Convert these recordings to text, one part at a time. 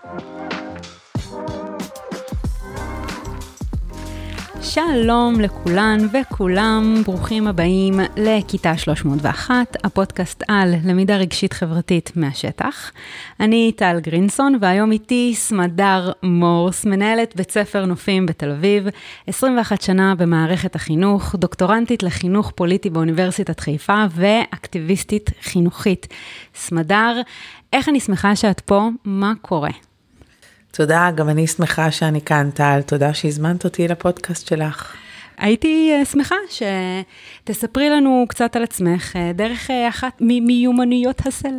שלום לכולן וכולם, ברוכים הבאים לכיתה 301, הפודקאסט על למידה רגשית חברתית מהשטח. אני טל גרינסון, והיום איתי סמדר מורס, מנהלת בית ספר נופים בתל אביב, 21 שנה במערכת החינוך, דוקטורנטית לחינוך פוליטי באוניברסיטת חיפה ואקטיביסטית חינוכית. סמדר, איך אני שמחה שאת פה, מה קורה? תודה, גם אני שמחה שאני כאן, טל, תודה שהזמנת אותי לפודקאסט שלך. הייתי שמחה שתספרי לנו קצת על עצמך, דרך אחת מיומנויות הסל.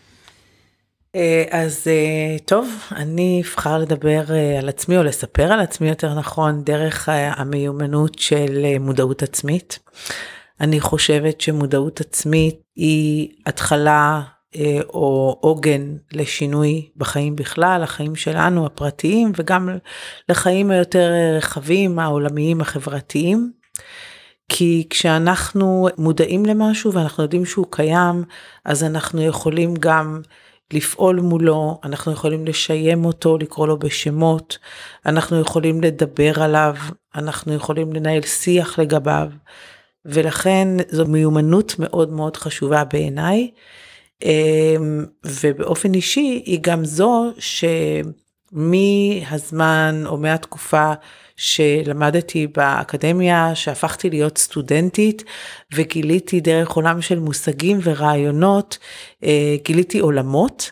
אז טוב, אני אבחר לדבר על עצמי, או לספר על עצמי יותר נכון, דרך המיומנות של מודעות עצמית. אני חושבת שמודעות עצמית היא התחלה או עוגן לשינוי בחיים בכלל, החיים שלנו הפרטיים, וגם לחיים היותר רחבים, העולמיים, החברתיים. כי כשאנחנו מודעים למשהו ואנחנו יודעים שהוא קיים, אז אנחנו יכולים גם לפעול מולו, אנחנו יכולים לשיים אותו, לקרוא לו בשמות, אנחנו יכולים לדבר עליו, אנחנו יכולים לנהל שיח לגביו, ולכן זו מיומנות מאוד מאוד חשובה בעיניי, ובאופן אישי היא גם זו שמהזמן או מהתקופה שלמדתי באקדמיה, שהפכתי להיות סטודנטית וגיליתי דרך עולם של מושגים ורעיונות, גיליתי עולמות,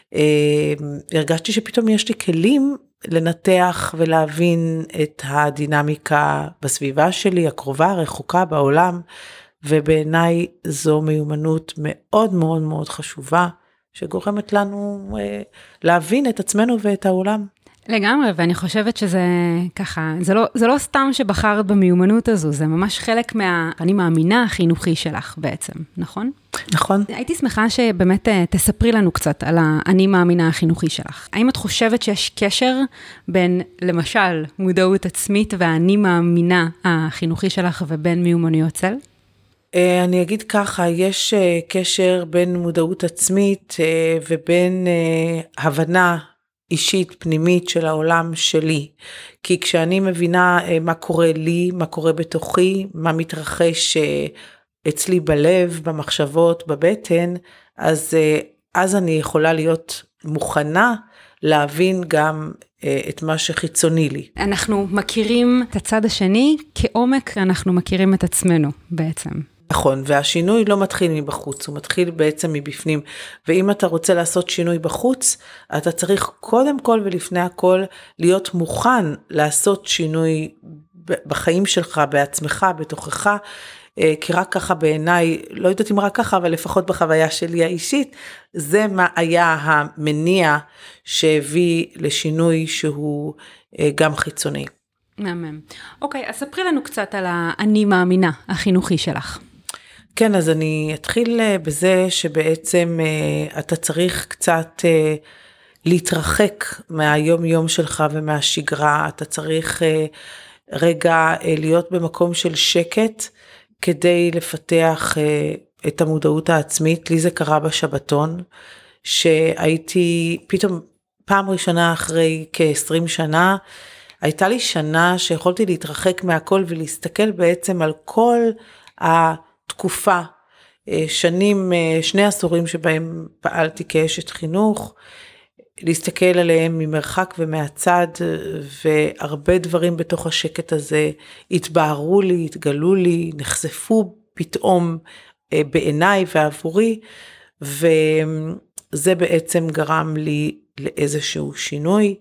הרגשתי שפתאום יש לי כלים לנתח ולהבין את הדינמיקה בסביבה שלי, הקרובה, הרחוקה, בעולם, ובעיניי זו מיומנות מאוד מאוד מאוד חשובה, שגורמת לנו להבין את עצמנו ואת העולם. לגמרי, ואני חושבת שזה ככה, זה לא סתם שבחרת במיומנות הזו, זה ממש חלק אני מאמינה החינוכי שלך בעצם, נכון? נכון. הייתי שמחה שבאמת תספרי לנו קצת על אני מאמינה החינוכי שלך. האם את חושבת שיש קשר בין, למשל, מודעות עצמית והאני מאמינה החינוכי שלך ובין מיומנויות צל? אני אגיד ככה, יש קשר בין מודעות עצמית ובין הבנה אישית פנימית של העולם שלי, כי כשאני מבינה מה קורה לי, מה קורה בתוכי, מה מתרחש אצלי בלב, במחשבות, בבטן, אז אני יכולה להיות מוכנה להבין גם את מה שחיצוני לי. אנחנו מכירים את הצד השני, כעומק אנחנו מכירים את עצמנו בעצם. נכון, והשינוי לא מתחיל מבחוץ, הוא מתחיל בעצם מבפנים, ואם אתה רוצה לעשות שינוי בחוץ, אתה צריך קודם כל ולפני הכל להיות מוכן לעשות שינוי בחיים שלך, בעצמך, בתוכך, כי רק ככה בעיניי, לא יודעת אם רק ככה, אבל לפחות בחוויה שלי האישית, זה מה היה המניע שהביא לשינוי שהוא גם חיצוני. מהמם. אוקיי, אז ספרי לנו קצת על אני מאמינה החינוכי שלך. כן, אז אני אתחיל בזה שבעצם אתה צריך קצת להתרחק מהיום יום שלך ומהשגרה, אתה צריך רגע להיות במקום של שקט, כדי לפתח את המודעות העצמית. לי זה קרה בשבתון, שהייתי פתאום פעם ראשונה אחרי כ-20 שנה, הייתה לי שנה שיכולתי להתרחק מהכל ולהסתכל בעצם על כל התקופה, שנים, 2 עשורים שבהם פעלתי כאשת חינוך, להסתכל עליהם ממרחק ומהצד, והרבה דברים בתוך השקט הזה התבהרו לי, התגלו לי, נחשפו פתאום בעיניי ועבורי, וזה בעצם גרם לי לאיזשהו שינוי,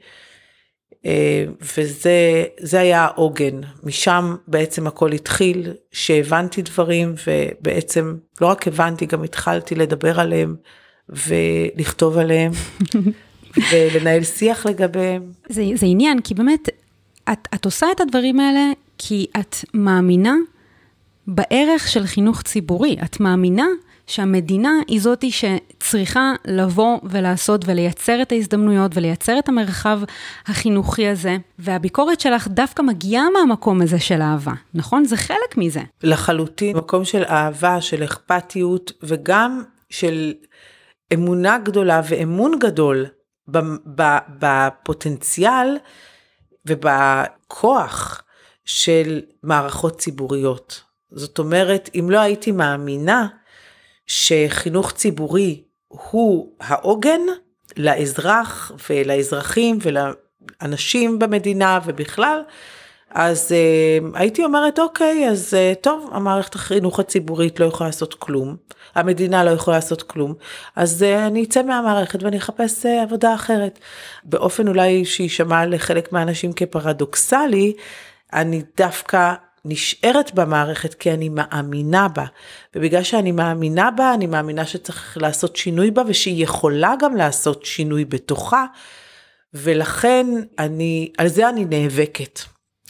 וזה היה העוגן. משם בעצם הכל התחיל, שהבנתי דברים, ובעצם לא רק הבנתי, גם התחלתי לדבר עליהם, ולכתוב עליהם, ולנהל שיח לגביהם. זה עניין, כי באמת, את עושה את הדברים האלה, כי את מאמינה בערך של חינוך ציבורי. את מאמינה שהמדינה היא זאת שצריכה לבוא ולעשות ולייצר את ההזדמנויות ולייצר את המרחב החינוכי הזה, והביקורת שלך דווקא מגיעה מהמקום הזה של אהבה, נכון? זה חלק מזה. לחלוטין, מקום של אהבה, של אכפתיות, וגם של אמונה גדולה ואמון גדול בפוטנציאל ובכוח של מערכות ציבוריות. זאת אומרת, אם לא הייתי מאמינה שחינוך ציבורי הוא העוגן לאזרח ולאזרחים ולאנשים במדינה ובכלל, אז הייתי אומרת, אוקיי, אז טוב, המערכת החינוך הציבורית לא יכולה לעשות כלום, המדינה לא יכולה לעשות כלום, אז אני אצא מהמערכת ואני אחפש עבודה אחרת. באופן אולי שישמע לחלק מהאנשים כפרדוקסלי, אני דווקא נשארת במערכת כי אני מאמינה בה, ובגלל שאני מאמינה בה, אני מאמינה שצריך לעשות שינוי בה, ושהיא יכולה גם לעשות שינוי בתוכה, ולכן על זה אני נאבקת.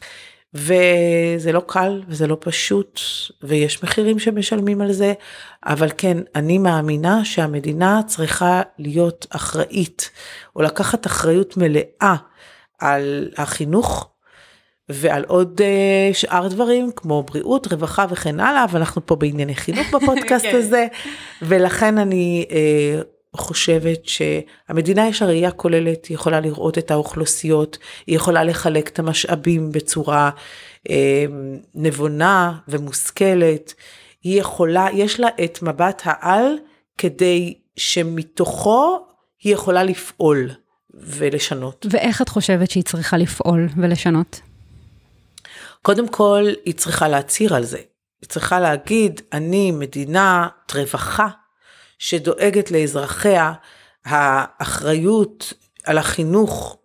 וזה לא קל וזה לא פשוט, ויש מחירים שמשלמים על זה, אבל כן, אני מאמינה שהמדינה צריכה להיות אחראית, או לקחת אחריות מלאה על החינוך, ועל עוד שאר דברים, כמו בריאות, רווחה וכן הלאה, אבל אנחנו פה בענייני חינוך בפודקאסט הזה, ולכן אני חושבת שהמדינה יש הראייה כוללת, היא יכולה לראות את האוכלוסיות, היא יכולה לחלק את המשאבים בצורה נבונה ומושכלת, היא יכולה, יש לה את מבט העל, כדי שמתוכו היא יכולה לפעול ולשנות. ואיך את חושבת שהיא צריכה לפעול ולשנות? קודם כל, היא צריכה להצהיר על זה. היא צריכה להגיד, אני מדינת רווחה, שדואגת לאזרחיה, האחריות על החינוך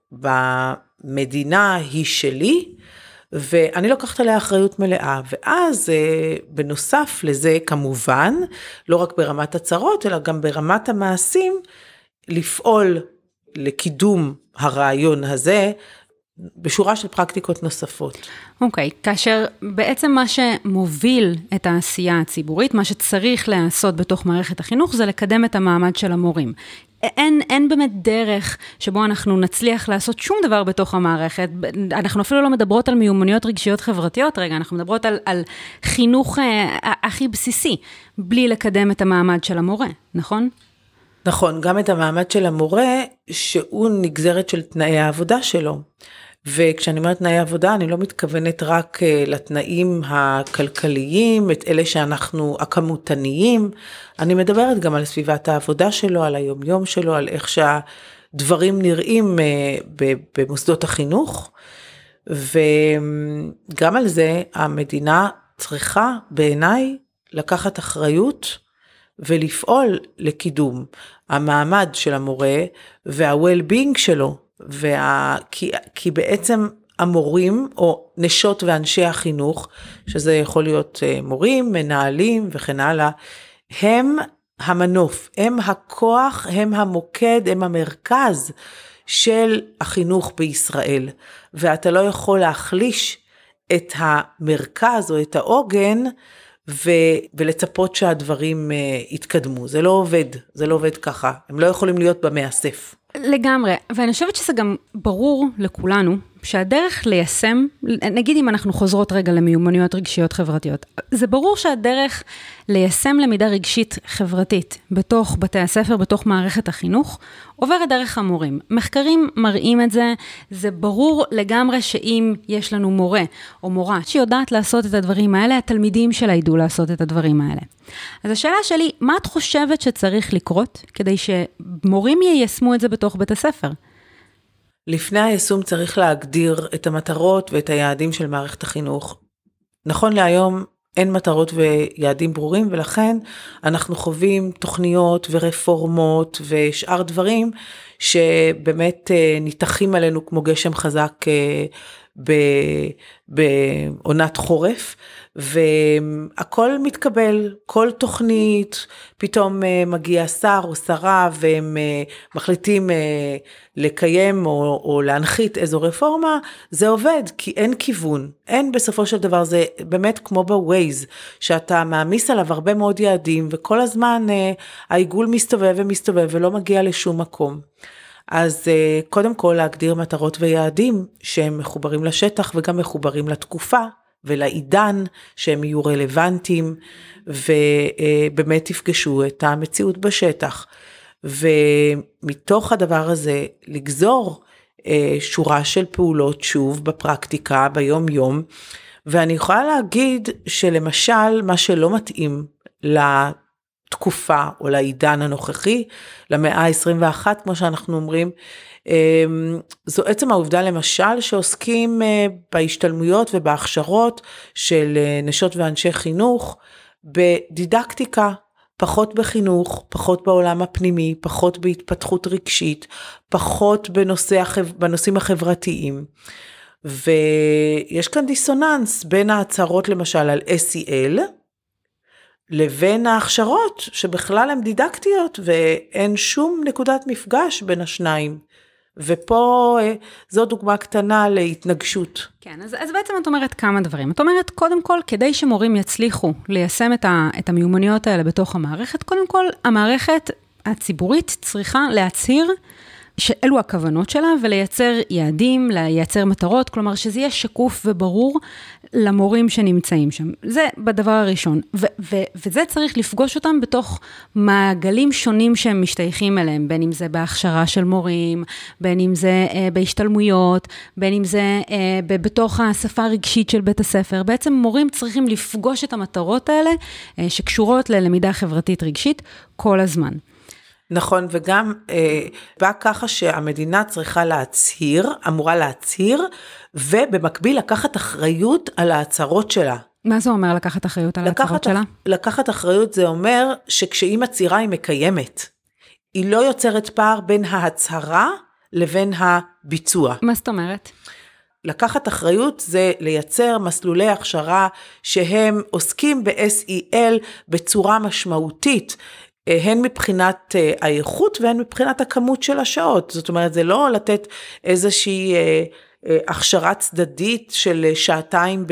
במדינה היא שלי, ואני לוקחת עליה אחריות מלאה. ואז בנוסף לזה, כמובן, לא רק ברמת הצהרות, אלא גם ברמת המעשים, לפעול לקידום הרעיון הזה, בשורה של פרקטיקות נוספות. אוקיי, כאשר בעצם מה שמוביל את העשייה הציבורית, מה שצריך לעשות בתוך מערכת החינוך, זה לקדם את המעמד של המורים. אין באמת דרך שבו אנחנו נצליח לעשות שום דבר בתוך המערכת, אנחנו אפילו לא מדברות על מיומנויות רגשיות חברתיות, רגע, אנחנו מדברות על חינוך הכי בסיסי, בלי לקדם את המעמד של המורה, נכון? נכון, גם את המעמד של המורה, שהוא נגזרת של תנאי העבודה שלו. וכשאני אומרת תנאי עבודה, אני לא מתכוונת רק לתנאים הכלכליים, את אלה שאנחנו הכמותניים, אני מדברת גם על סביבת העבודה שלו, על היום-יום שלו, על איך שהדברים נראים במוסדות החינוך, וגם על זה המדינה צריכה בעיניי לקחת אחריות, ולפעול לקידום המעמד של המורה, וה-well-being שלו, כי בעצם המורים, או נשות ואנשי החינוך, שזה יכול להיות מורים, מנהלים וכן הלאה, הם המנוף, הם הכוח, הם המוקד, הם המרכז של החינוך בישראל, ואתה לא יכול להחליש את המרכז או את העוגן, ולצפות שהדברים יתקדמו. זה לא עובד ככה, הם לא יכולים להיות במאסף. לגמרי, ואני חושבת שזה גם ברור לכולנו, שהדרך ליישם, נגיד אם אנחנו חוזרות רגע למיומנויות רגשיות חברתיות, זה ברור שהדרך ליישם למידה רגשית חברתית, בתוך בתי הספר, בתוך מערכת החינוך, עוברת דרך המורים. מחקרים מראים את זה, זה ברור לגמרי שאם יש לנו מורה או מורה שיודעת לעשות את הדברים האלה, התלמידים שלה ידעו לעשות את הדברים האלה. אז השאלה שלי, מה את חושבת שצריך לקרות, כדי שמורים יישמו את זה בתוך בית הספר? לפני היישום צריך להגדיר את המטרות ואת היעדים של מערכת החינוך. נכון להיום אין מטרות ויעדים ברורים, ולכן אנחנו חווים תוכניות ורפורמות ושאר דברים שבאמת ניתחים עלינו כמו גשם חזק בעונת חורף, והכל מתקבל, כל תוכנית, פתאום מגיע שר או שרה, והם מחליטים לקיים או להנחית איזו רפורמה, זה עובד, כי אין כיוון, אין בסופו של דבר, זה באמת כמו בווייז, שאתה מעמיס עליו הרבה מאוד יעדים, וכל הזמן העיגול מסתובב ומסתובב, ולא מגיע לשום מקום. אז קודם כל להגדיר מטרות ויעדים שהם מחוברים לשטח וגם מחוברים לתקופה ולעידן שהם יהיו רלוונטיים ובאמת תפגשו את המציאות בשטח. ומתוך הדבר הזה לגזור שורה של פעולות שוב בפרקטיקה, ביום יום, ואני יכולה להגיד שלמשל מה שלא מתאים לתקופה או לעידן הנוכחי, למאה ה-21 כמו שאנחנו אומרים, זו עצם העובדה למשל שעוסקים בהשתלמויות ובהכשרות של נשות ואנשי חינוך, בדידקטיקה, פחות בחינוך, פחות בעולם הפנימי, פחות בהתפתחות רגשית, פחות בנושאים החברתיים. ויש כאן דיסוננס בין ההצהרות למשל על SEL, לבין ההכשרות שבכלל הן דידקטיות, ואין שום נקודת מפגש בין השניים. ופה זו דוגמה קטנה להתנגשות. כן, אז בעצם את אומרת כמה דברים. את אומרת, קודם כל, כדי שמורים יצליחו ליישם את המיומנויות האלה בתוך המערכת, קודם כל, המערכת הציבורית צריכה להצהיר שאלו הכוונות שלה, ולייצר יעדים, לייצר מטרות, כלומר שזה יהיה שקוף וברור למורים שנמצאים שם. זה בדבר הראשון. וזה צריך לפגוש אותם בתוך מעגלים שונים שהם משתייכים אליהם, בין אם זה בהכשרה של מורים, בין אם זה בהשתלמויות, בין אם זה בתוך השפה הרגשית של בית הספר. בעצם מורים צריכים לפגוש את המטרות האלה, שקשורות ללמידה חברתית רגשית כל הזמן. נכון, וגם בא ככה שהמדינה צריכה להצהיר, אמורה להצהיר, ובמקביל לקחת אחריות על ההצהרות שלה. מה זה אומר לקחת אחריות על ההצהרות שלה? לקחת אחריות זה אומר שכשהיא מצהירה היא מקיימת. היא לא יוצרת פער בין ההצהרה לבין הביצוע. מה זאת אומרת? לקחת אחריות זה לייצר מסלולי הכשרה שהם עוסקים ב-SEL בצורה משמעותית, הן מבחינת האיכות והן מבחינת הכמות של השעות. זאת אומרת, זה לא לתת איזושהי הכשרה צדדית של שעתיים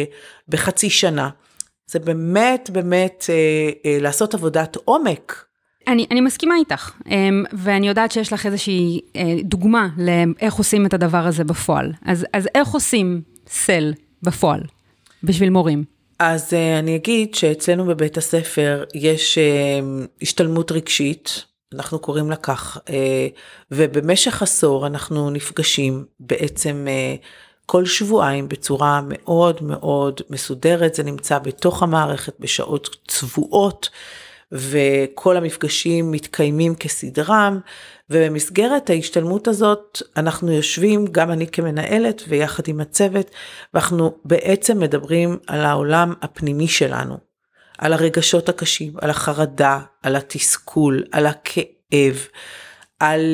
בחצי שנה. זה באמת לעשות עבודת עומק. אני מסכימה איתך, ואני יודעת שיש לך איזושהי דוגמה לאיך עושים את הדבר הזה בפועל. אז איך עושים סל בפועל בשביל מורים? אז אני אגיד שאצלנו בבית הספר יש השתלמות רגשית, אנחנו קוראים לה כך, ובמשך עשור אנחנו נפגשים בעצם כל שבועיים בצורה מאוד מאוד מסודרת, זה נמצא בתוך המערכת בשעות צבועות, וכל המפגשים מתקיימים כסדרם, ובמסגרת ההשתלמות הזאת אנחנו יושבים, גם אני כמנהלת ויחד עם הצוות, ואנחנו בעצם מדברים על העולם הפנימי שלנו, על הרגשות הקשים, על החרדה, על התסכול, על הכאב, על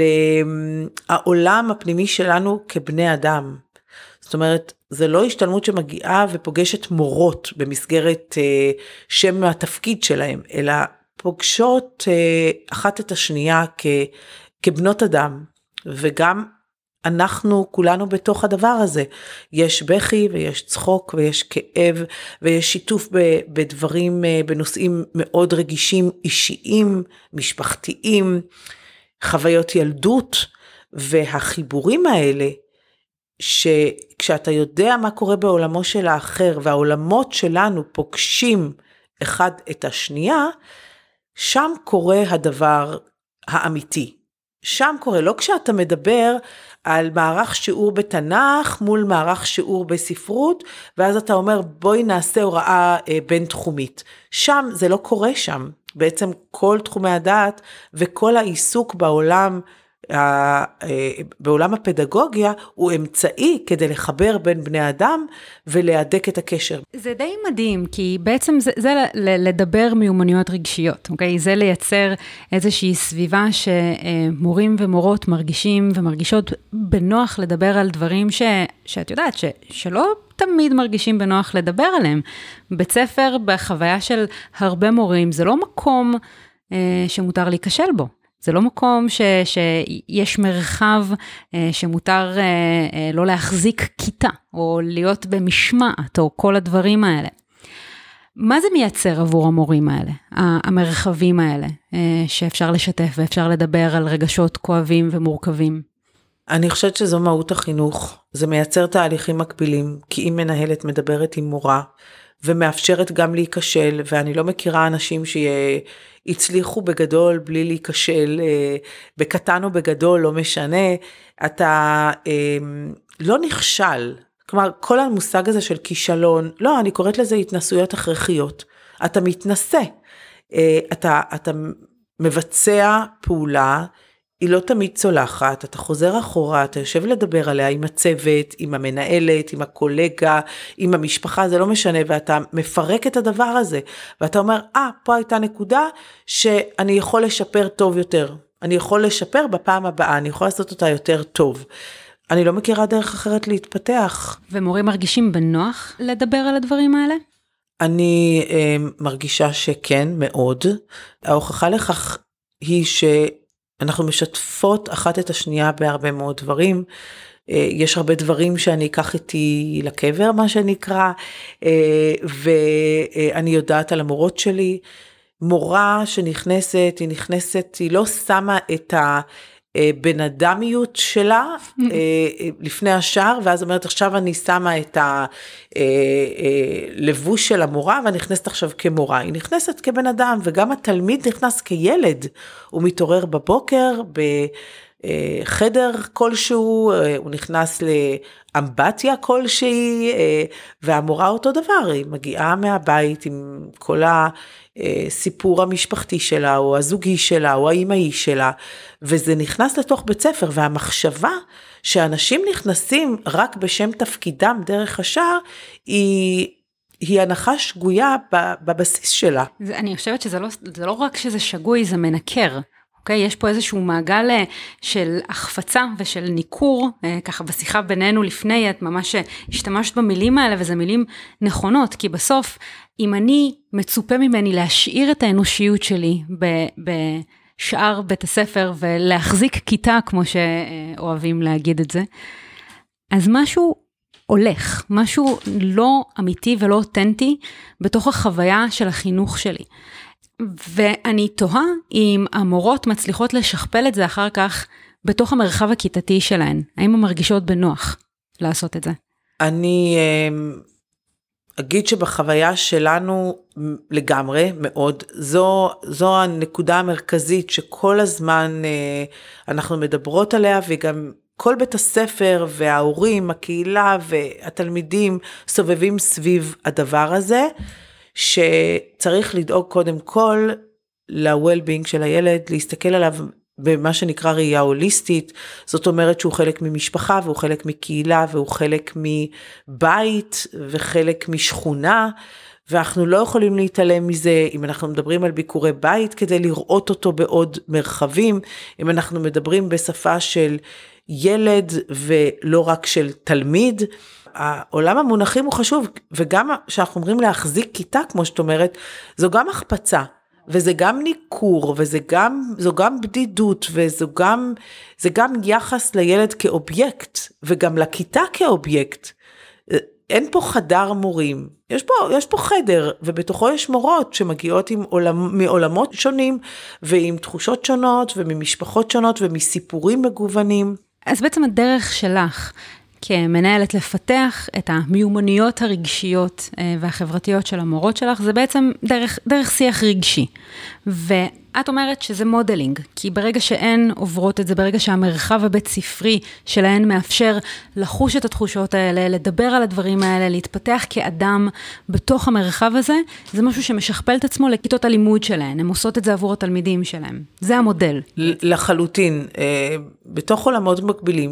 העולם הפנימי שלנו כבני אדם. זאת אומרת, זה לא השתלמות שמגיעה ופוגשת מורות במסגרת שם התפקיד שלהם, אלא פוגשות אחת את השנייה כבנות אדם, וגם אנחנו כולנו בתוך הדבר הזה, יש בכי ויש צחוק ויש כאב ויש שיתוף בדברים, בנושאים מאוד רגישים, אישיים, משפחתיים, חוויות ילדות, והחיבורים האלה, שכשאתה יודע מה קורה בעולמו של האחר, והעולמות שלנו פוגשים אחד את השנייה, שם קורה הדבר האמיתי. שם קורה, לא כשאתה מדבר על מערך שיעור בתנ"ך מול מערך שיעור בספרות, ואז אתה אומר בואי נעשה הוראה בין תחומית. שם זה לא קורה שם. בעצם כל תחומי הדעת וכל העיסוק בעולם הפדגוגיה הוא אמצעי כדי לחבר בין בני אדם ולהדק את הקשר. זה די מדהים, כי בעצם זה לדבר מיומנויות רגשיות, אוקיי? זה לייצר איזושהי סביבה שמורים ומורות מרגישים ומרגישות בנוח לדבר על דברים שאת יודעת שלא תמיד מרגישים בנוח לדבר עליהם. בית ספר בחוויה של הרבה מורים זה לא מקום שמותר להיכשל בו. זה לא מקום שיש מרחב שמותר לא להחזיק כיתה, או להיות במשמעת, או כל הדברים האלה. מה זה מייצר עבור המורים האלה, המרחבים האלה, שאפשר לשתף ואפשר לדבר על רגשות כואבים ומורכבים? אני חושבת שזו מהות החינוך, זה מייצר תהליכים מקבילים, כי אם מנהלת מדברת עם מורה, ומאפשרת גם להיכשל, ואני לא מכירה אנשים שהצליחו בגדול בלי להיכשל, בקטן או בגדול, לא משנה, אתה לא נכשל, כלומר כל המושג הזה של כישלון, לא, אני קוראת לזה התנסויות הכרחיות, אתה מתנסה, אתה מבצע פעולה, היא לא תמיד צולחת, אתה חוזר אחורה, אתה יושב לדבר עליה עם הצוות, עם המנהלת, עם הקולגה, עם המשפחה, זה לא משנה, ואתה מפרק את הדבר הזה, ואתה אומר, פה הייתה נקודה שאני יכול לשפר טוב יותר, אני יכול לשפר בפעם הבאה, אני יכול לעשות אותה יותר טוב. אני לא מכירה דרך אחרת להתפתח. ומורים מרגישים בנוח לדבר על הדברים האלה? אני מרגישה שכן, מאוד. ההוכחה לכך היא שאנחנו משתפות אחת את השנייה בהרבה מאוד דברים. יש הרבה דברים שאני אקח איתי לקבר, מה שנקרא, ואני יודעת על המורות שלי. מורה שנכנסת, היא לא שמה את בן אדמיות שלה לפני השאר, ואז אומרת עכשיו אני שמה את הלבוש של המורה, ואני נכנסת עכשיו כמורה, היא נכנסת כבן אדם, וגם התלמיד נכנס כילד, הוא מתעורר בבוקר, בחדר כלשהו, הוא נכנס לאמבטיה כלשהי, והמורה אותו דבר, היא מגיעה מהבית עם כל הסיפור המשפחתי שלה, או הזוגי שלה, או האמאי שלה, וזה נכנס לתוך בית ספר, והמחשבה שאנשים נכנסים רק בשם תפקידם דרך השער, היא הנחה שגויה בבסיס שלה. אני חושבת שזה לא רק שזה שגוי, זה מנקר. אוקיי? יש פה איזשהו מעגל של החפצה ושל ניכור, ככה בשיחה בינינו לפני, את ממש השתמשת במילים האלה, וזה מילים נכונות, כי בסוף, אם אני מצופה ממני להשאיר את האנושיות שלי בשאר בית הספר, ולהחזיק כיתה, כמו שאוהבים להגיד את זה, אז משהו הולך, משהו לא אמיתי ולא אותנטי, בתוך החוויה של החינוך שלי. ואני תוהה אם המורות מצליחות לשכפל את זה אחר כך בתוך המרחב הכיתתי שלהן. האם הן מרגישות בנוח לעשות את זה? אני אגיד שבחוויה שלנו לגמרי מאוד, זו הנקודה המרכזית שכל הזמן אנחנו מדברות עליה, וגם כל בית הספר וההורים, הקהילה והתלמידים סובבים סביב הדבר הזה, שצריך לדאוג קודם כל ל-well-being של הילד, להסתכל עליו במה שנקרא ראייה הוליסטית, זאת אומרת שהוא חלק ממשפחה, והוא חלק מקהילה, והוא חלק מבית, וחלק משכונה, ואנחנו לא יכולים להתעלם מזה, אם אנחנו מדברים על ביקורי בית, כדי לראות אותו בעוד מרחבים, אם אנחנו מדברים בשפה של ילד, ולא רק של תלמיד, העולם המונחים הוא חשוב, וגם שאנחנו אומרים להחזיק כיתה, כמו שאת אומרת, זו גם החפצה, וזה גם ניכור, זו גם בדידות, זה גם יחס לילד כאובייקט, וגם לכיתה כאובייקט. אין פה חדר מורים, יש פה חדר, ובתוכו יש מורות שמגיעות מעולמות שונים, ועם תחושות שונות, וממשפחות שונות, ומסיפורים מגוונים. אז בעצם הדרך שלך, כמנהלת לפתח את המיומנויות הרגשיות והחברתיות של המורות שלך, זה בעצם דרך שיח רגשי. ואת אומרת שזה מודלינג, כי ברגע שהן עוברות את זה, ברגע שהמרחב הבית ספרי שלהן מאפשר לחוש את התחושות האלה, לדבר על הדברים האלה, להתפתח כאדם בתוך המרחב הזה, זה משהו שמשכפל את עצמו לכיתות הלימוד שלהן, הן עושות את זה עבור התלמידים שלהן. זה המודל. לחלוטין, בתוך עולמות מקבילים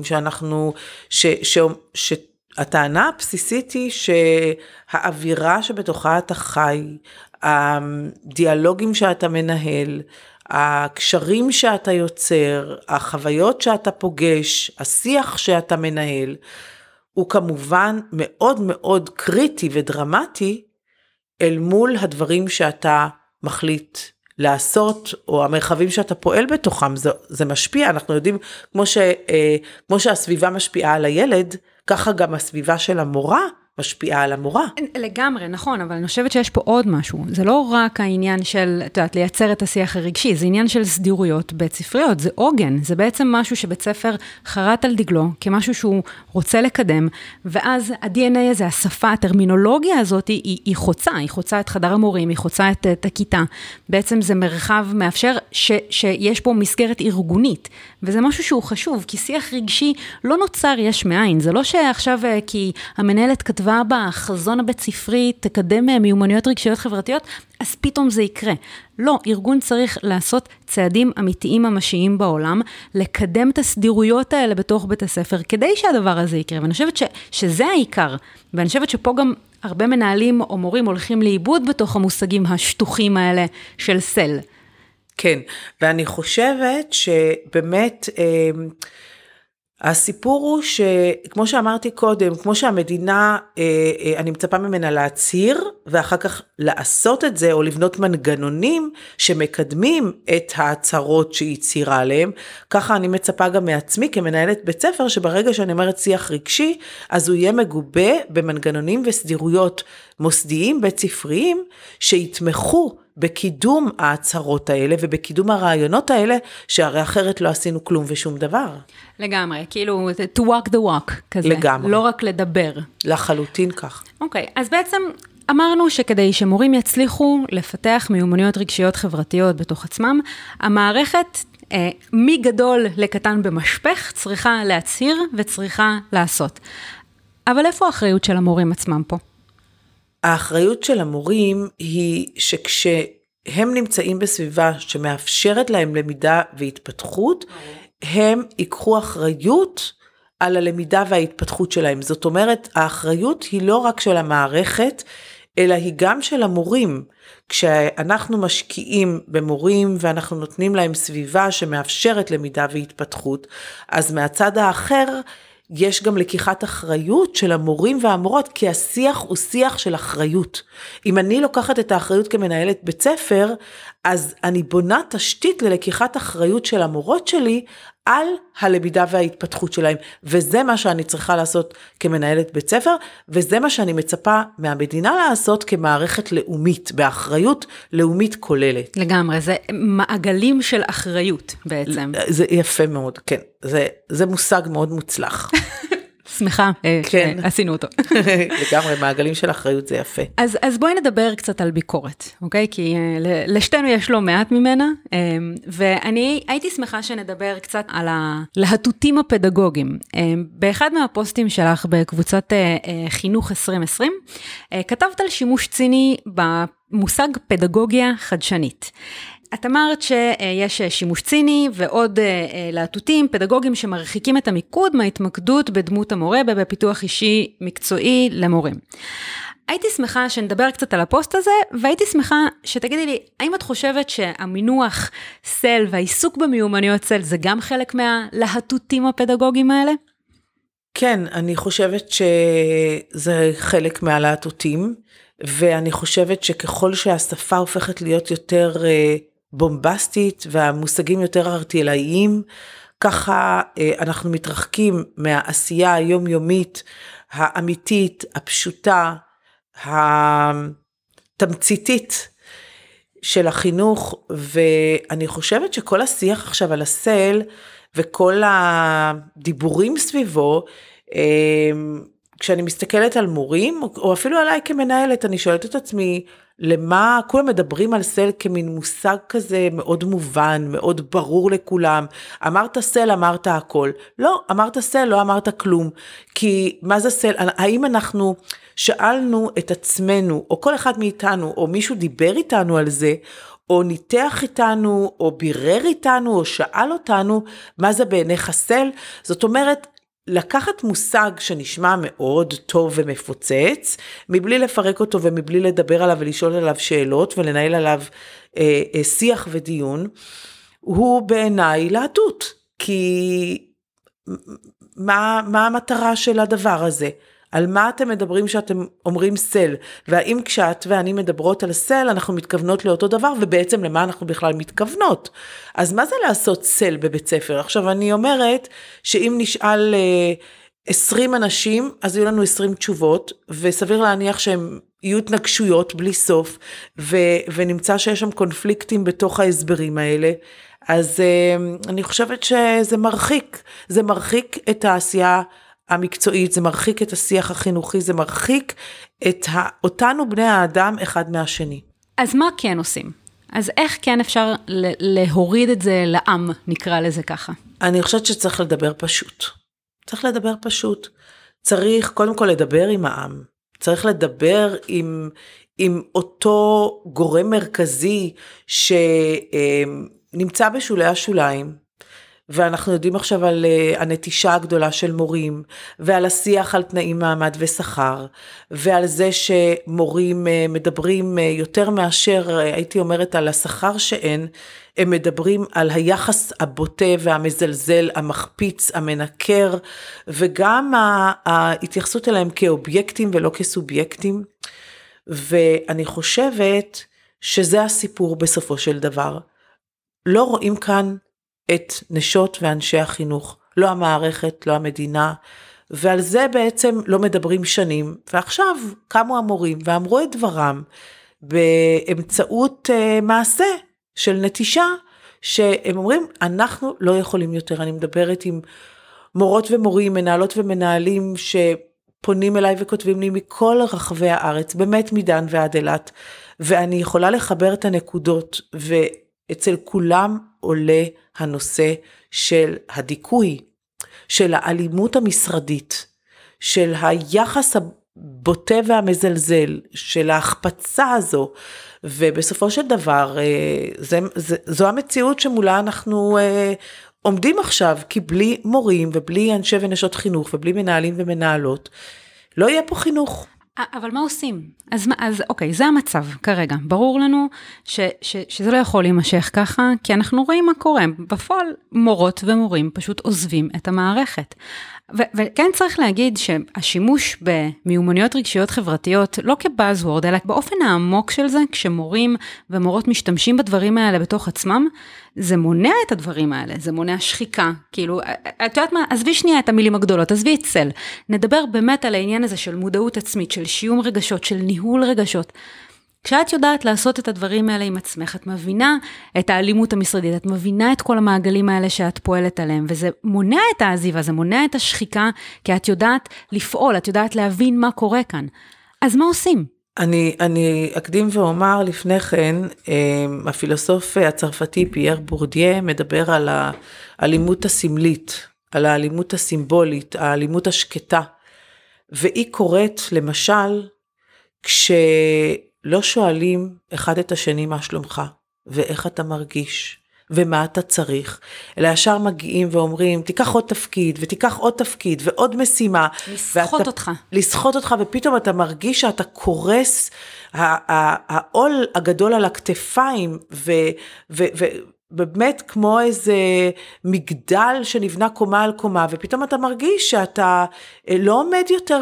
שהטענה הבסיסית היא שהאווירה שבתוכה אתה חי, הדיאלוגים שאתה מנהל, הקשרים שאתה יוצר, החוויות שאתה פוגש, השיח שאתה מנהל, הוא כמובן מאוד מאוד קריטי ודרמטי אל מול הדברים שאתה מחליט לעשות, או המרחבים שאתה פועל בתוכם, זה משפיע, אנחנו יודעים, כמו שהסביבה משפיעה על הילד, ככה גם הסביבה של המורה משפיעה על המורה. לגמרי, נכון, אבל אני חושבת שיש פה עוד משהו. זה לא רק העניין של, את יודעת, לייצר את השיח הרגשי, זה עניין של סדירויות בית ספריות, זה עוגן, זה בעצם משהו שבית ספר חרט על דגלו, כמשהו שהוא רוצה לקדם, ואז ה-DNA הזה, השפה, הטרמינולוגיה הזאת, היא חוצה את חדר המורים, היא חוצה את הכיתה. בעצם זה מרחב מאפשר שיש פה מסגרת ארגונית, וזה משהו שהוא חשוב, כי שיח רגשי לא נוצר יש מאין, זה לא שעכשיו כי המנהלת כתבה בחזון הבית ספרי, תקדם מיומנויות רגשיות חברתיות, אז פתאום זה יקרה. לא, ארגון צריך לעשות צעדים אמיתיים ממשיים בעולם, לקדם את הסדירויות האלה בתוך בית הספר, כדי שהדבר הזה יקרה, ואני חושבת שזה העיקר, ואני חושבת שפה גם הרבה מנהלים או מורים הולכים לאיבוד בתוך המושגים השטוחים האלה של סל. כן, ואני חושבת שבאמת הסיפור הוא שכמו שאמרתי קודם, כמו שהמדינה, אני מצפה ממנה להצהיר, ואחר כך לעשות את זה, או לבנות מנגנונים שמקדמים את ההצהרות שהיא הצהירה עליהם, ככה אני מצפה גם מעצמי כמנהלת בית ספר, שברגע שאני אומרת שיח רגשי, אז הוא יהיה מגובה במנגנונים וסדירויות מוסדיים בית ספריים, שיתמכו בקידום ההצהרות האלה ובקידום הרעיונות האלה, שהרי אחרת לא עשינו כלום ושום דבר. לגמרי, כאילו to walk the walk כזה. לגמרי. לא רק לדבר. לחלוטין כך. אוקיי, אז בעצם אמרנו שכדי שמורים יצליחו לפתח מיומנויות רגשיות חברתיות בתוך עצמם, המערכת מגדול לקטן במשפך צריכה להצהיר וצריכה לעשות. אבל איפה האחריות של המורים עצמם פה? האחריות של המורים היא שכשהם נמצאים בסביבה שמאפשרת להם למידה והתפתחות, הם ייקחו אחריות על הלמידה וההתפתחות שלהם. זאת אומרת, האחריות היא לא רק של המערכת, אלא היא גם של המורים. כשאנחנו משקיעים במורים ואנחנו נותנים להם סביבה שמאפשרת למידה והתפתחות, אז מהצד האחר, יש גם לקיחת אחריות של המורים והמורות, כי השיח הוא שיח של אחריות. אם אני לוקחת את האחריות כמנהלת בית ספר, אז אני בונה תשתית ללקיחת אחריות של המורות שלי, על הלמידה וההתפתחות שלהם, וזה מה שאני צריכה לעשות כמנהלת בית ספר, וזה מה שאני מצפה מהמדינה לעשות כמערכת לאומית, באחריות לאומית כוללת. לגמרי, זה מעגלים של אחריות בעצם. זה יפה מאוד, כן, זה מושג מאוד מוצלח. שמחה, כן. עשינו אותו. לגמרי, מעגלים של אחריות זה יפה. אז בואי נדבר קצת על ביקורת, אוקיי? כי לשתינו יש לא מעט ממנה, ואני הייתי שמחה שנדבר קצת על הלהטוטים הפדגוגיים. באחד מהפוסטים שלך בקבוצת חינוך 2020, כתבת על שימוש ציני במושג פדגוגיה חדשנית. את אמרת שיש שימוש ציני ועוד להטוטים פדגוגיים שמרחיקים את המיקוד מההתמקדות בדמות המורה ובפיתוח אישי מקצועי למורים. הייתי שמחה שנדבר קצת על הפוסט הזה, והייתי שמחה שתגידי לי, האם את חושבת שהמינוח סל והעיסוק במיומנויות סל זה גם חלק מהלהטוטים הפדגוגיים האלה? כן, אני חושבת שזה חלק מהלהטוטים, ואני חושבת שככל שהשפה הופכת להיות יותר בומבסטית והמושגים יותר ארטילאיים, ככה אנחנו מתרחקים מהעשייה היומיומית, האמיתית, הפשוטה, התמציתית של החינוך, ואני חושבת שכל השיח עכשיו על הסל, וכל הדיבורים סביבו, כשאני מסתכלת על מורים, או אפילו עליי כמנהלת, אני שואלת את עצמי, למה כולם מדברים על סל כמין מושג כזה מאוד מובן, מאוד ברור לכולם, אמרת סל, אמרת הכל, לא, אמרת סל, לא אמרת כלום, כי מה זה סל, האם אנחנו שאלנו את עצמנו, או כל אחד מאיתנו, או מישהו דיבר איתנו על זה, או ניתח איתנו, או בירר איתנו, או שאל אותנו, מה זה בעיניך סל, זאת אומרת, לקחת מושג שנשמע מאוד טוב ומפוצץ, מבלי לפרק אותו ומבלי לדבר עליו ולשאול עליו שאלות ולנהל עליו שיח ודיון, הוא בעיניי להטוט. כי מה המטרה של הדבר הזה? על מה אתם מדברים שאתם אומרים סל? והאם כשאת ואני מדברות על סל, אנחנו מתכוונות לאותו דבר, ובעצם למה אנחנו בכלל מתכוונות? אז מה זה לעשות סל בבית ספר? עכשיו אני אומרת, שאם נשאל 20 אנשים, אז יהיו לנו 20 תשובות, וסביר להניח שהם יהיו התנגשויות בלי סוף, ונמצא שיש שם קונפליקטים בתוך ההסברים האלה, אז אני חושבת שזה מרחיק, זה מרחיק את העשייה המקצועית, זה מרחיק את השיח החינוכי, זה מרחיק אותנו בני האדם אחד מהשני. אז מה כן עושים? אז איך כן אפשר להוריד את זה לעם, נקרא לזה ככה? אני חושבת שצריך לדבר פשוט. צריך לדבר פשוט. צריך קודם כל לדבר עם העם. צריך לדבר עם אותו גורם מרכזי שנמצא בשולי השוליים. ואנחנו יודעים עכשיו על הנטישה הגדולה של מורים, ועל השיח על תנאים מעמד ושכר, ועל זה שמורים מדברים יותר מאשר, הייתי אומרת, על השכר שאין, הם מדברים על היחס הבוטה והמזלזל, המחפיץ, המנקר, וגם ההתייחסות אליהם כאובייקטים ולא כסובייקטים, ואני חושבת שזה הסיפור בסופו של דבר. לא רואים כאן את נשות ואנשי החינוך, לא המערכת, לא המדינה, ועל זה בעצם לא מדברים שנים, ועכשיו קמו המורים ואמרו את דברם, באמצעות מעשה של נטישה, שהם אומרים, אנחנו לא יכולים יותר. אני מדברת עם מורות ומורים, מנהלות ומנהלים, שפונים אליי וכותבים לי מכל רחבי הארץ, באמת מדן ועד אילת, ואני יכולה לחבר את הנקודות, ואצל כולם עולה הנושא של הדיכוי, של האלימות המשרדית, של היחס הבוטה והמזלזל, של ההחפצה הזו, ובסופו של דבר, זו המציאות שמולה אנחנו עומדים עכשיו, כי בלי מורים ובלי אנשי ונשות חינוך ובלי מנהלים ומנהלות, לא יהיה פה חינוך. אבל מה עושים? אז אוקיי, זה המצב כרגע. ברור לנו שזה לא יכול להימשך ככה, כי אנחנו רואים מה קורה. בפועל מורות ומורים פשוט עוזבים את המערכת. וכן צריך להגיד שהשימוש במיומנויות רגשיות חברתיות, לא כבאזוורד, אלא באופן העמוק של זה, כשמורים ומורות משתמשים בדברים האלה בתוך עצמם, זה מונע את הדברים האלה, זה מונע שחיקה, כאילו, את יודעת מה, עזבי שנייה את המילים הגדולות, עזבי את צל, נדבר באמת על העניין הזה של מודעות עצמית, של שיום רגשות, של ניהול רגשות, כשאת יודעת לעשות את הדברים האלה עם עצמך, את מבינה את האלימות המשרדית, את מבינה את כל המעגלים האלה שאת פועלת עליהם, וזה מונע את העזיבה, זה מונע את השחיקה, כי את יודעת לפעול, את יודעת להבין מה קורה כאן. אז מה עושים? אני אקדים ואומר לפני כן, הפילוסוף הצרפתי פייר בורדיה מדבר על האלימות הסמלית, על האלימות הסימבולית, האלימות השקטה, והיא קוראת למשל כשלא שואלים אחד את השני מה שלומך, ואיך אתה מרגיש, ומה אתה צריך, אלא ישר מגיעים ואומרים, תיקח עוד תפקיד, ותיקח עוד תפקיד, ועוד משימה. לסחוט אותך. לסחוט אותך, ופתאום אתה מרגיש שאתה קורס, העול הגדול על הכתפיים, ובאמת כמו איזה מגדל שנבנה קומה על קומה, ופתאום אתה מרגיש שאתה לא עומד יותר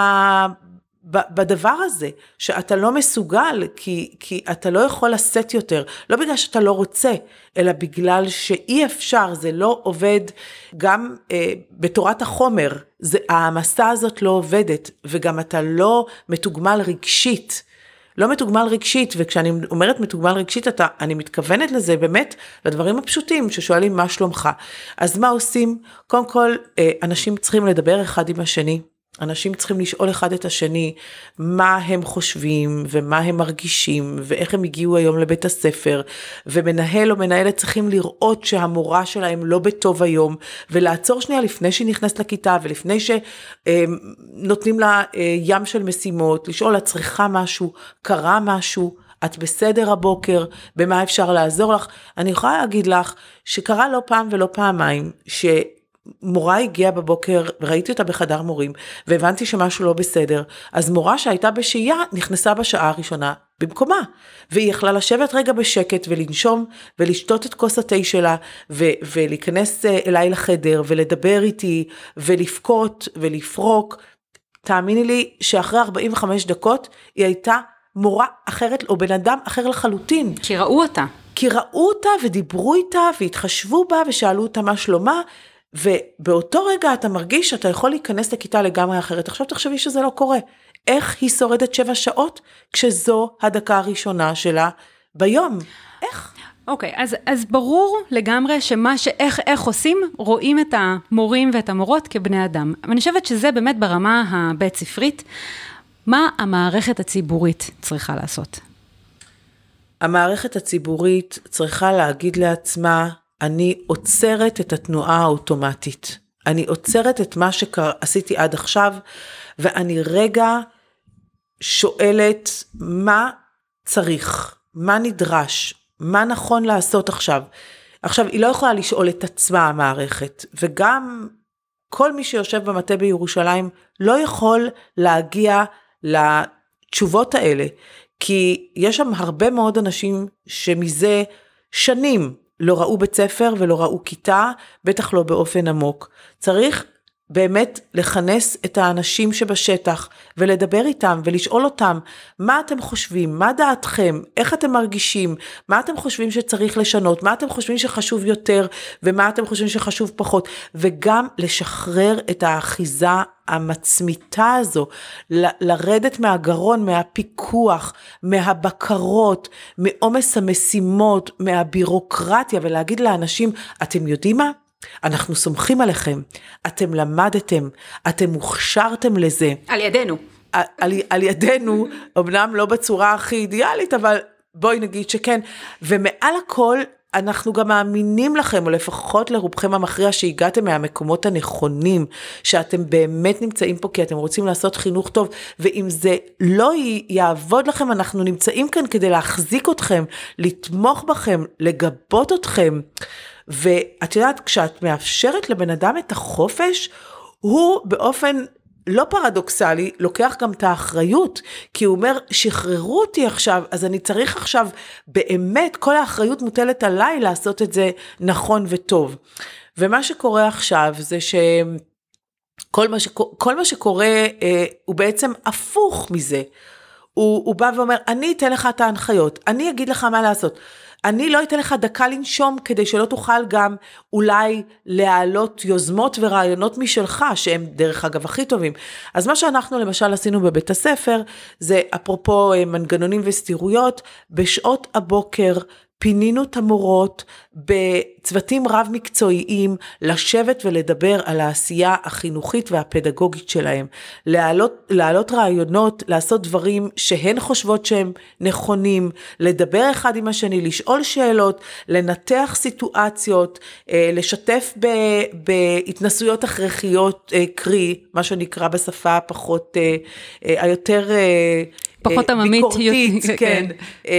בדבר הזה, שאתה לא מסוגל, כי אתה לא יכול לשאת יותר, לא בגלל שאתה לא רוצה, אלא בגלל שאי אפשר, זה לא עובד, גם בתורת החומר, המסע הזאת לא עובדת, וגם אתה לא מתוגמל רגשית, לא מתוגמל רגשית, וכשאני אומרת מתוגמל רגשית, אני מתכוונת לזה באמת, לדברים הפשוטים, ששואלים מה שלומך. אז מה עושים? קודם כל, אנשים צריכים לדבר אחד עם השני, אנשים צריכים לשאול אחד את השני, מה הם חושבים, ומה הם מרגישים, ואיך הם הגיעו היום לבית הספר, ומנהל או מנהלת צריכים לראות שהמורה שלהם לא בטוב היום, ולעצור שנייה לפני שהיא נכנסת לכיתה, ולפני שנותנים לה ים של משימות, לשאול, את צריכה משהו, קרה משהו, את בסדר הבוקר, במה אפשר לעזור לך. אני יכולה להגיד לך, שקרה לא פעם ולא פעמיים, מורה הגיעה בבוקר, וראיתי אותה בחדר מורים, והבנתי שמשהו לא בסדר, אז מורה שהייתה בשהייה, נכנסה בשעה הראשונה במקומה, והיא יכלה לשבת רגע בשקט, ולנשום, ולשתות את כוס התה שלה, ולהיכנס אליי לחדר, ולדבר איתי, ולפקות, ולפרוק. תאמיני לי, שאחרי 45 דקות, היא הייתה מורה אחרת, או בן אדם אחר לחלוטין. כי ראו אותה. כי ראו אותה, ודיברו איתה, והתחשבו בה, ושאלו אותה מה שלומה, ובאותו רגע אתה מרגיש שאתה יכול להיכנס לכיתה לגמרי אחרת. עכשיו תחשבי שזה לא קורה. איך היא שורדת 7 שעות כשזו הדקה הראשונה שלה ביום? איך? אוקיי, אז ברור לגמרי איך עושים, רואים את המורים ואת המורות כבני אדם. ואני חושבת שזה באמת ברמה הבית ספרית, מה המערכת הציבורית צריכה לעשות? המערכת הציבורית צריכה להגיד לעצמה, אני עוצרת את התנועה האוטומטית. אני עוצרת את מה שעשיתי עד עכשיו, ואני רגע שואלת מה צריך, מה נדרש, מה נכון לעשות עכשיו. עכשיו, היא לא יכולה לשאול את עצמה המערכת, וגם כל מי שיושב במטה בירושלים לא יכול להגיע לתשובות האלה, כי יש שם הרבה מאוד אנשים שמזה שנים לא ראו בית ספר ולא ראו כיתה, בטח לא באופן עמוק. צריך באמת לכנס את האנשים שבשטח ולדבר איתם ולשאול אותם מה אתם חושבים, מה דעתכם, איך אתם מרגישים, מה אתם חושבים שצריך לשנות, מה אתם חושבים שחשוב יותר ומה אתם חושבים שחשוב פחות, וגם לשחרר את האחיזה המצמיתה הזו, לרדת מהגרון, מהפיקוח, מהבקרות, מעומס המשימות, מהבירוקרטיה, ולהגיד לאנשים, אתם יודעים מה? אנחנו סומכים עליכם, אתם למדתם, אתם מוכשרתם לזה. על ידינו. על ידינו, אמנם לא בצורה הכי אידיאלית, אבל בואי נגיד שכן. ומעל הכל, אנחנו גם מאמינים לכם, או לפחות לרובכם המכריע, שהגעתם מהמקומות הנכונים, שאתם באמת נמצאים פה, כי אתם רוצים לעשות חינוך טוב, ואם זה לא יעבוד לכם, אנחנו נמצאים כאן כדי להחזיק אתכם, לתמוך בכם, לגבות אתכם. ואת יודעת, כשאת מאפשרת לבן אדם את החופש, הוא באופן לא פרדוקסלי, לוקח גם את האחריות, כי הוא אומר, שחררו אותי עכשיו, אז אני צריך עכשיו, באמת, כל האחריות מוטלת עליי, לעשות את זה נכון וטוב. ומה שקורה עכשיו, זה כל מה שקורה, הוא בעצם הפוך מזה. הוא בא ואומר, אני אתן לך את ההנחיות, אני אגיד לך מה לעשות, אני לא אתן לך דקה לנשום, כדי שלא תוכל גם אולי להעלות יוזמות ורעיונות משלך, שהם דרך אגב הכי טובים. אז מה שאנחנו למשל עשינו בבית הספר, זה אפרופו מנגנונים וסתירויות, בשעות הבוקר, פינינו את המורות בצוותים רב מקצועיים, לשבת ולדבר על העשייה החינוכית והפדגוגית שלהם, להעלות רעיונות, לעשות דברים שהן חושבות שהם נכונים, לדבר אחד עם השני, לשאול שאלות, לנתח סיטואציות, לשתף בהתנסויות הכרחיות, קרי, מה שנקרא בשפה פחות, היותר פחות עממית, ביקורתית, כן,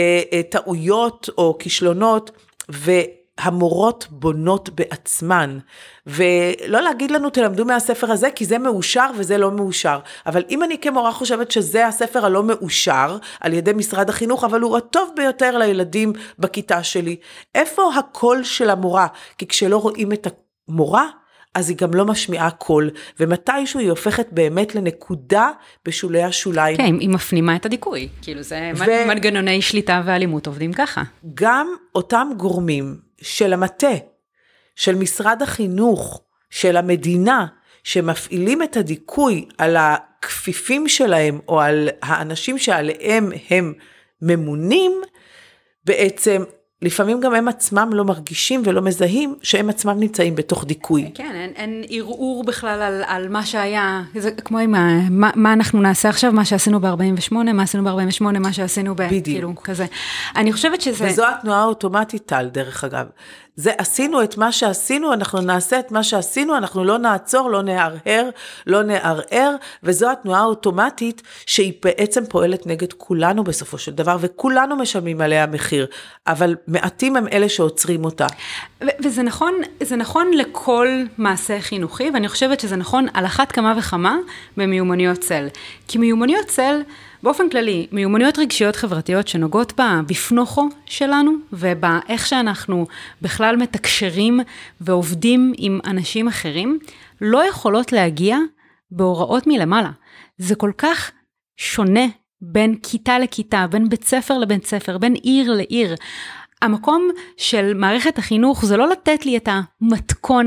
טעויות או כישלונות, והמורות בונות בעצמן, ולא להגיד לנו תלמדו מהספר הזה, כי זה מאושר וזה לא מאושר, אבל אם אני כמורה חושבת שזה הספר הלא מאושר, על ידי משרד החינוך, אבל הוא הטוב ביותר לילדים בכיתה שלי, איפה הקול של המורה? כי כשלא רואים את המורה, אז היא גם לא משמיעה קול, ומתישהו היא הופכת באמת לנקודה בשולי השוליים. כן, היא מפנימה את הדיכוי, כאילו זה מנגנוני שליטה ואלימות עובדים ככה. גם אותם גורמים של המטה, של משרד החינוך, של המדינה, שמפעילים את הדיכוי על הכפיפים שלהם, או על האנשים שעליהם הם ממונים, בעצם לפעמים גם הם עצמם לא מרגישים ולא מזהים שהם עצמם נמצאים בתוך דיכוי. כן, אין ערעור בכלל על מה שהיה, זה כמו עם מה אנחנו נעשה עכשיו, מה שעשינו ב-48, מה עשינו ב-48, מה שעשינו כאילו כזה. אני חושבת שזה... וזו התנועה האוטומטית, טל, דרך אגב. זה עשינו את מה שעשינו, אנחנו נעשה את מה שעשינו, אנחנו לא נעצור, לא נערער, לא נערער, וזו התנועה האוטומטית שהיא בעצם פועלת נגד כולנו בסופו של דבר, וכולנו משלמים עליה מחיר, אבל מעטים הם אלה שעוצרים אותה. וזה נכון, זה נכון לכל מעשה חינוכי, ואני חושבת שזה נכון על אחת כמה וכמה במיומנויות צל. כי מיומנויות צל, באופן כללי, מיומנויות רגשיות חברתיות שנוגעות בפנוכו שלנו, ובאיך שאנחנו בכלל מתקשרים ועובדים עם אנשים אחרים, לא יכולות להגיע בהוראות מלמעלה. זה כל כך שונה בין כיתה לכיתה, בין בית ספר לבית ספר, בין עיר לעיר. המקום של מערכת החינוך זה לא לתת לי את המתכון הזה,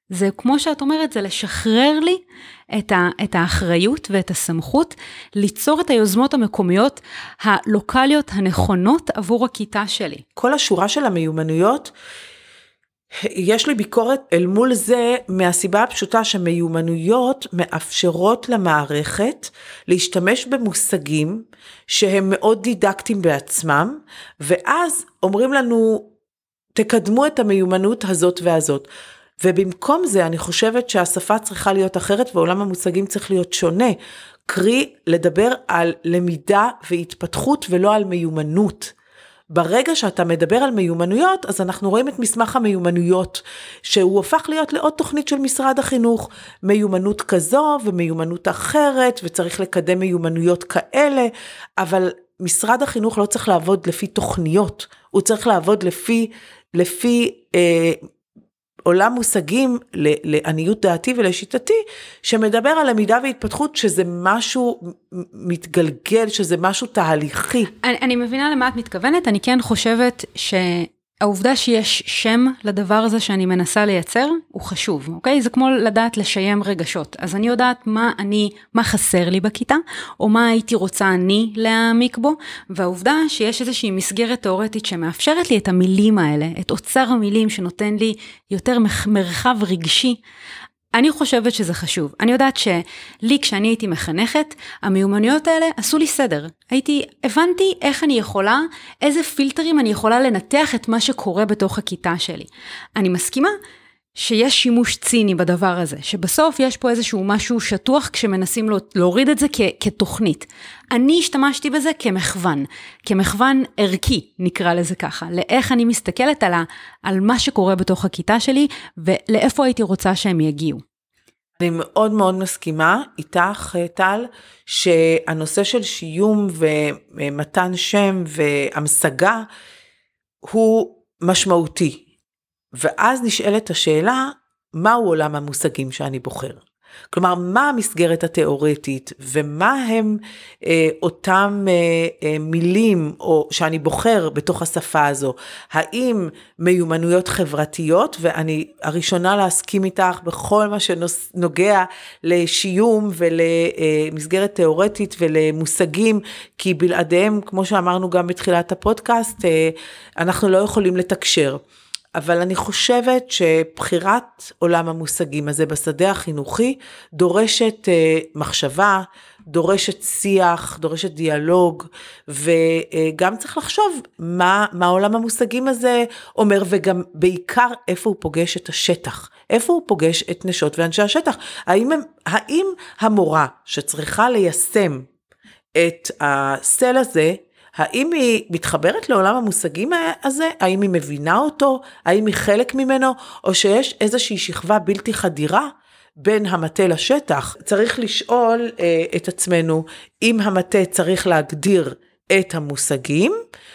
זה כמו שאת אומרת, זה לשחרר לי את האחריות ואת הסמכות, ליצור את היוזמות המקומיות הלוקליות הנכונות עבור הכיתה שלי. כל השורה של המיומנויות, יש לי ביקורת אל מול זה מהסיבה הפשוטה שמיומנויות מאפשרות למערכת להשתמש במושגים שהם מאוד דידקטיים בעצמם, ואז אומרים לנו תקדמו את המיומנות הזאת והזאת. ובמקום זה אני חושבת שהשפה צריכה להיות אחרת ועולם המושגים צריך להיות שונה, קרי לדבר על למידה והתפתחות ולא על מיומנות. ברגע שאתה מדבר על מיומנויות, אז אנחנו רואים את מסמך המיומנויות, שהוא הופך להיות לעוד תוכנית של משרד החינוך, מיומנות כזו ומיומנות אחרת, וצריך לקדם מיומנויות כאלה, אבל משרד החינוך לא צריך לעבוד לפי תוכניות, הוא צריך לעבוד לפי עולם מושגים לעניות דעתי ולשיטתי, שמדבר על למידה והתפתחות, שזה משהו מתגלגל, שזה משהו תהליכי. אני מבינה למה את מתכוונת, אני כן חושבת שהעובדה שיש שם לדבר הזה שאני מנסה לייצר, הוא חשוב, אוקיי? זה כמו לדעת לשיים רגשות. אז אני יודעת מה חסר לי בכיתה, או מה הייתי רוצה אני להעמיק בו, והעובדה שיש איזושהי מסגרת תיאורטית שמאפשרת לי את המילים האלה, את אוצר המילים שנותן לי יותר מרחב רגשי, אני חושבת שזה חשוב. אני יודעת שלי כשאני הייתי מחנכת, המיומנויות האלה עשו לי סדר. הבנתי איך אני יכולה, איזה פילטרים אני יכולה לנתח את מה שקורה בתוך הכיתה שלי. אני מסכימה שיש שימוש ציני בדבר הזה, שבסוף יש פה איזשהו משהו שטוח כשמנסים להוריד את זה כתוכנית. אני השתמשתי בזה כמכוון ערכי, נקרא לזה ככה, לאיך אני מסתכלת על מה שקורה בתוך הכיתה שלי, ולאיפה הייתי רוצה שהם יגיעו. אני מאוד מאוד מסכימה איתך, טל, שהנושא של שיום ומתן שם והמשגה הוא משמעותי. ואז נשאלת השאלה, מהו עולם המושגים שאני בוחר? כלומר, מה המסגרת התיאורטית, ומה הם אותם מילים או שאני בוחר בתוך השפה הזו? האם מיומנויות חברתיות, ואני הראשונה להסכים איתך בכל מה שנוגע לשיום ולמסגרת תיאורטית ולמושגים, כי בלעדיהם, כמו שאמרנו גם בתחילת הפודקאסט, אנחנו לא יכולים לתקשר. אבל אני חושבת שבחירת עולם המושגים הזה בשדה החינוכי דורשת מחשבה, דורשת שיח, דורשת דיאלוג, וגם צריך לחשוב מה עולם המושגים הזה אומר, וגם בעיקר איפה הוא פוגש את השטח, איפה הוא פוגש את נשות ואנשי השטח. האם המורה שצריכה ליישם את הסל הזה, האם היא מתחברת לעולם המושגים הזה? האם היא מבינה אותו? האם היא חלק ממנו? או שיש איזושהי שכבה בלתי חדירה בין המטה לשטח? צריך לשאול את עצמנו אם המטה צריך להגדיר את המושגים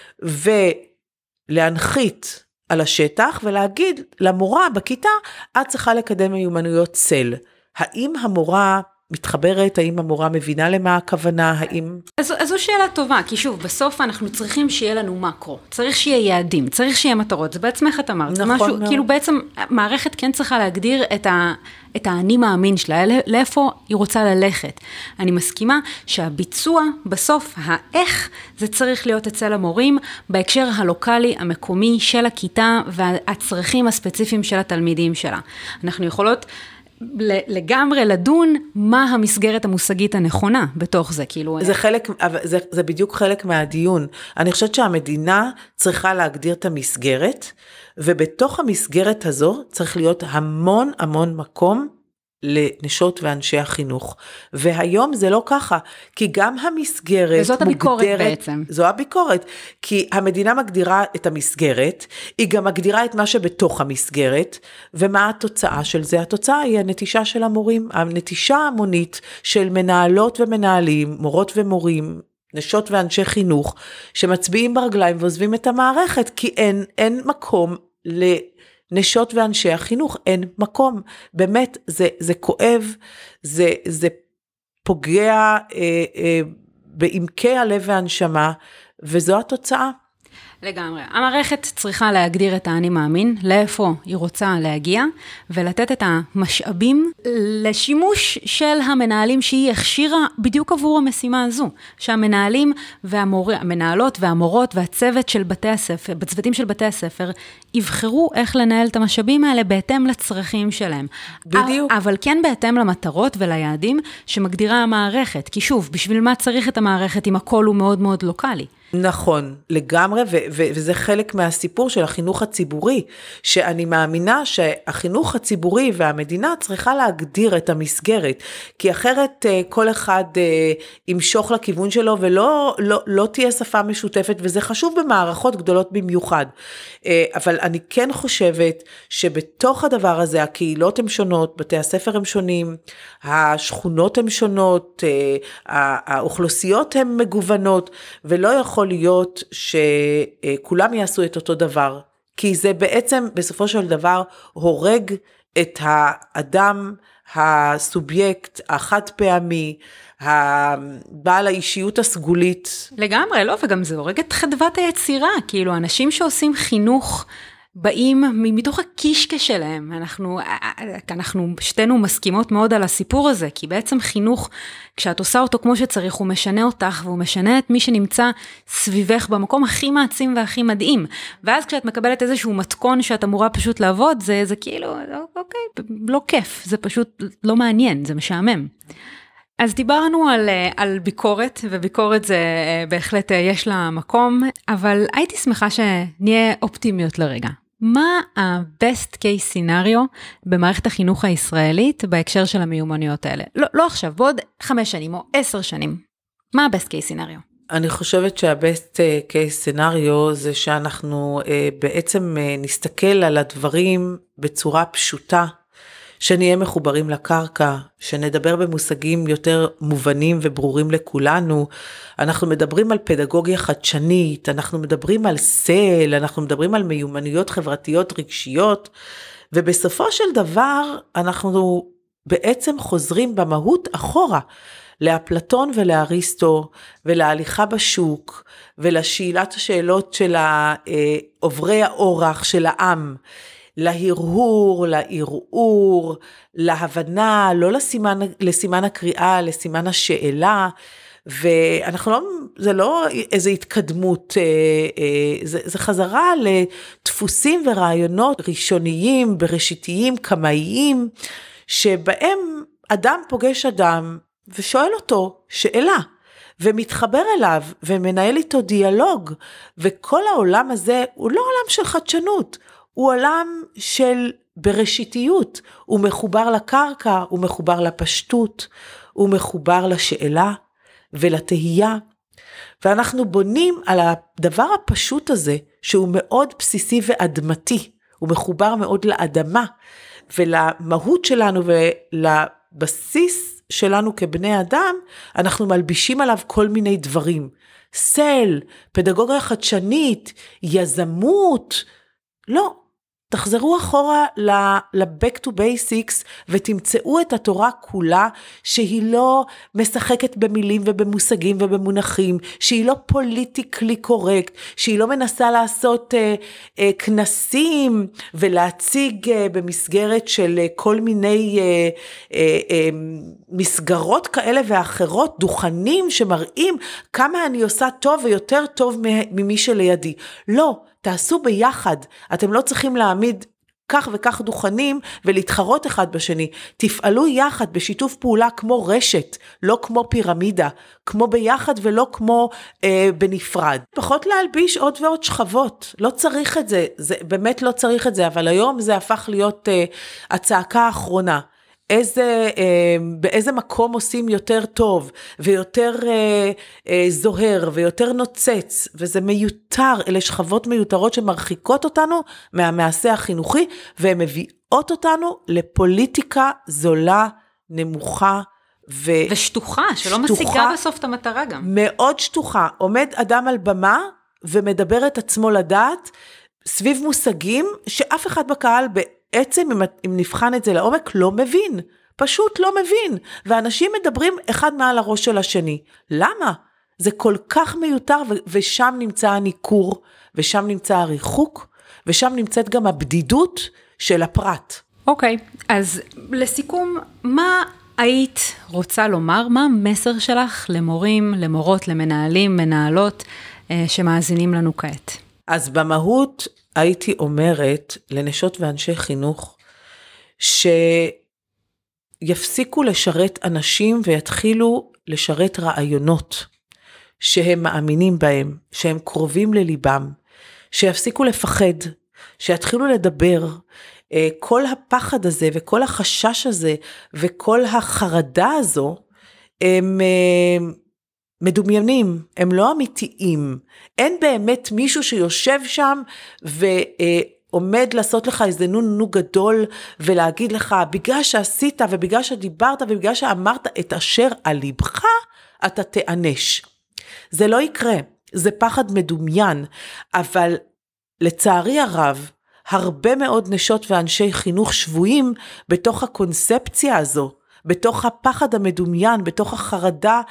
ולהנחית על השטח ולהגיד למורה בכיתה, את צריכה לקדם מיומנויות סל. האם המורה מתחברת, האם המורה מבינה למה הכוונה, האם... אז זו שאלה טובה, כי שוב, בסוף אנחנו צריכים שיהיה לנו מקרו, צריך שיהיה יעדים, צריך שיהיה מטרות, זה בעצמך את אמרת, נכון, משהו, כאילו בעצם מערכת כן צריכה להגדיר את האני מאמין שלה, לאיפה היא רוצה ללכת. אני מסכימה שהביצוע בסוף, האיך, זה צריך להיות אצל המורים, בהקשר הלוקלי, המקומי של הכיתה, והצרכים הספציפיים של התלמידים שלה. אנחנו יכולות לגמרי לדון מה המסגרת המושגית הנכונה בתוך זה, כאילו... זה בדיוק חלק מהדיון. אני חושבת שהמדינה צריכה להגדיר את המסגרת, ובתוך המסגרת הזו צריך להיות המון המון מקום לנשות ואנשי החינוך. והיום זה לא ככה, כי גם המסגרת וזאת הביקורת בעצם. זו הביקורת, כי המדינה מגדירה את המסגרת, היא גם מגדירה את מה שבתוך המסגרת, ומה התוצאה של זה? התוצאה היא הנטישה של המורים, הנטישה המונית של מנהלות ומנהלים, מורות ומורים, נשות ואנשי חינוך, שמצביעים ברגליים ועוזבים את המערכת, כי אין מקום נשות ואנשי החינוך, אין מקום. באמת, זה כואב, זה פוגע בעמקי הלב והנשמה, וזו התוצאה. לגמרי. המערכת צריכה להגדיר את האני מאמין, לאיפה היא רוצה להגיע, ולתת את המשאבים לשימוש של המנהלים שהיא הכשירה בדיוק עבור המשימה הזו. שהמנהלים המנהלות והמורות והצוות של בתי הספר, בצוותים של בתי הספר, יבחרו איך לנהל את המשאבים האלה בהתאם לצרכים שלהם. בדיוק. אבל כן בהתאם למטרות וליעדים שמגדירה המערכת. כי שוב, בשביל מה צריך את המערכת אם הכל הוא מאוד מאוד לוקלי? נכון, לגמרי, וזה חלק מהסיפור של החינוך הציבורי, שאני מאמינה שהחינוך הציבורי והמדינה צריכה להגדיר את המסגרת, כי אחרת כל אחד ימשוך לכיוון שלו, ולא תהיה שפה משותפת, וזה חשוב במערכות גדולות במיוחד. אבל אני כן חושבת שבתוך הדבר הזה, הקהילות הן שונות, בתי הספר הם שונים, השכונות הן שונות, האוכלוסיות הן מגוונות, ולא יכול להיות שכולם יעשו את אותו דבר, כי זה בעצם בסופו של דבר הורג את האדם, הסובייקט, החד פעמי, בעל האישיות הסגולית. לגמרי, לא, וגם זה הורג את חדוות היצירה, כאילו אנשים שעושים חינוך, באים מתוך הקישקע שלהם, אנחנו שתינו מסכימות מאוד על הסיפור הזה, כי בעצם חינוך, כשאת עושה אותו כמו שצריך, הוא משנה אותך, והוא משנה את מי שנמצא סביבך במקום הכי מעצים והכי מדהים, ואז כשאת מקבלת איזשהו מתכון שאת אמורה פשוט לעבוד, זה כאילו, אוקיי, לא כיף, זה פשוט לא מעניין, זה משעמם. אז דיברנו על ביקורת, וביקורת זה בהחלט יש לה מקום, אבל הייתי שמחה שנהיה אופטימיות לרגע. מה ה-best case scenario במערכת החינוך הישראלית בהקשר של המיומנויות האלה? לא עכשיו, בעוד 5 שנים או 10 שנים. מה ה-best case scenario? אני חושבת שה-best case scenario זה שאנחנו בעצם נסתכל על הדברים בצורה פשוטה, שנהיה מחוברים לקרקע, שנדבר במושגים יותר מובנים וברורים לכולנו, אנחנו מדברים על פדגוגיה חדשנית, אנחנו מדברים על סל, אנחנו מדברים על מיומנויות חברתיות רגשיות, ובסופו של דבר אנחנו בעצם חוזרים במהות אחורה, לאפלטון ולאריסטו, ולהליכה בשוק, ולשאלת השאלות של עוברי האורח של העם, להרהור, לערעור, להבנה, לא לסימן הקריאה, לסימן השאלה, ואנחנו לא, זה לא איזו התקדמות, זה חזרה לדפוסים ורעיונות ראשוניים, בראשיתיים, קמאיים, שבהם אדם פוגש אדם, ושואל אותו שאלה, ומתחבר אליו, ומנהל איתו דיאלוג, וכל העולם הזה הוא לא עולם של חדשנות, הוא עולם של בראשיתיות, הוא מחובר לקרקע, הוא מחובר לפשטות, הוא מחובר לשאלה ולתהייה, ואנחנו בונים על הדבר הפשוט הזה, שהוא מאוד בסיסי ואדמתי, הוא מחובר מאוד לאדמה, ולמהות שלנו ולבסיס שלנו כבני אדם, אנחנו מלבישים עליו כל מיני דברים, סל, פדגוגיה חדשנית, יזמות, לא, תחזרו אחורה ל-back to basics ותמצאו את התורה כולה שהיא לא משחקת במילים ובמושגים ובמונחים, שהיא לא פוליטיקלי קורקט, שהיא לא מנסה לעשות כנסים ולהציג במסגרת של כל מיני מסגרות כאלה ואחרות, דוכנים שמראים כמה אני עושה טוב ויותר טוב ממי שלידי. לא, תעשו ביחד, אתם לא צריכים להעמיד כך וכך דוכנים ולהתחרות אחד בשני, תפעלו יחד בשיתוף פעולה כמו רשת, לא כמו פירמידה, כמו ביחד ולא כמו בנפרד. פחות להלביש עוד ועוד שכבות, לא צריך את זה, זה באמת לא צריך את זה, אבל היום זה הפך להיות הצעקה האחרונה. באיזה מקום עושים יותר טוב, ויותר זוהר, ויותר נוצץ, וזה מיותר, אלה שכבות מיותרות שמרחיקות אותנו מהמעשה החינוכי, והן מביאות אותנו לפוליטיקה זולה, נמוכה, ושטוחה, שלא משיגה בסוף את המטרה גם. מאוד שטוחה, עומד אדם על במה, ומדבר את עצמו לדעת, סביב מושגים, שאף אחד בקהל בעצם, אם נבחן את זה לעומק, לא מבין, פשוט לא מבין, ואנשים מדברים אחד מעל הראש של השני. למה? זה כל כך מיותר, ושם נמצא הניכור, ושם נמצא הריחוק, ושם נמצאת גם הבדידות של הפרט. אוקיי, אז לסיכום, מה היית רוצה לומר? מה המסר שלך למורים, למורות, למנהלים, מנהלות, שמאזינים לנו כעת? אז במהות הייתי אומרת לנשות ואנשי חינוך, שיפסיקו לשרת אנשים ויתחילו לשרת רעיונות שהם מאמינים בהם, שהם קרובים לליבם, שיפסיקו לפחד, שיתחילו לדבר. כל הפחד הזה וכל החשש הזה וכל החרדה הזו הם מדומיינים, הם לא אמיתיים. אין באמת מישהו שיושב שם ועומד לעשות לך איזה נו גדול ולהגיד לך, בגלל שעשית ובגלל שדיברת ובגלל שאמרת את אשר על ליבך, אתה תענש. זה לא יקרה, זה פחד מדומיין, אבל לצערי הרב, הרבה מאוד נשות ואנשי חינוך שבויים בתוך הקונספציה הזו, בתוך הפחד המדומיין, בתוך החרדה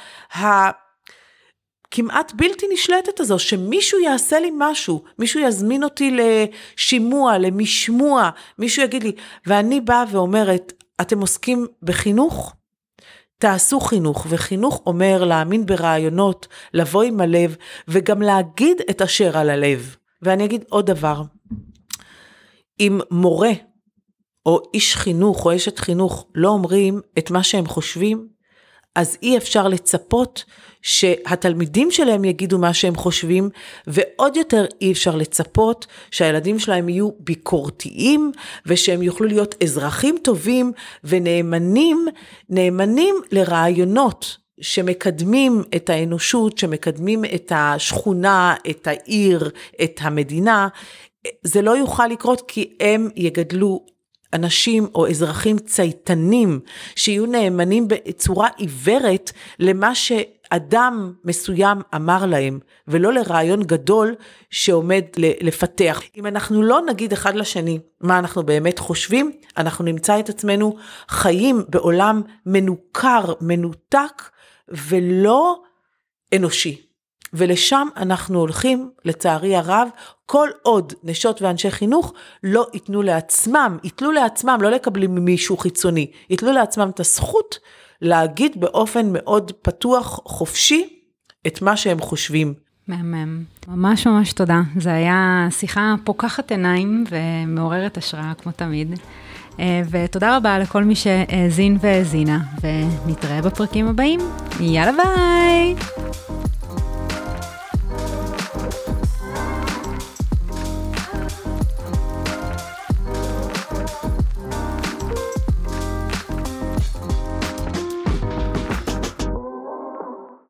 כמעט בלתי נשלטת הזו, שמישהו יעשה לי משהו, מישהו יזמין אותי לשימוע, למשמוע, מישהו יגיד לי, ואני באה ואומרת, אתם עוסקים בחינוך? תעשו חינוך, וחינוך אומר להאמין ברעיונות, לבוא עם הלב, וגם להגיד את אשר על הלב. ואני אגיד עוד דבר, אם מורה או איש חינוך או אשת חינוך לא אומרים את מה שהם חושבים, אז אי אפשר לצפות שהתלמידים שלהם יגידו מה שהם חושבים, ועוד יותר אי אפשר לצפות שהילדים שלהם יהיו ביקורתיים, ושהם יוכלו להיות אזרחים טובים ונאמנים לרעיונות שמקדמים את האנושות, שמקדמים את השכונה, את העיר, את המדינה. זה לא יוכל לקרות כי הם יגדלו אנשים או אזרחים צייתנים, שיהיו נאמנים בצורה עיוורת למה שאדם מסוים אמר להם, ולא לרעיון גדול שעומד לפתח. אם אנחנו לא נגיד אחד לשני מה אנחנו באמת חושבים, אנחנו נמצא את עצמנו חיים בעולם מנוכר, מנותק, ולא אנושי. ולשם אנחנו הולכים, לצערי הרב, כל עוד נשות ואנשי חינוך לא ייתנו לעצמם, לא לקבלים ממישהו חיצוני, ייתנו לעצמם את הזכות להגיד באופן מאוד פתוח, חופשי, את מה שהם חושבים. מהמם. ממש ממש תודה. זה היה שיחה פוקחת עיניים ומעוררת השראה כמו תמיד. ותודה רבה לכל מי שהאזין והאזינה, ונתראה בפרקים הבאים. יאללה ביי!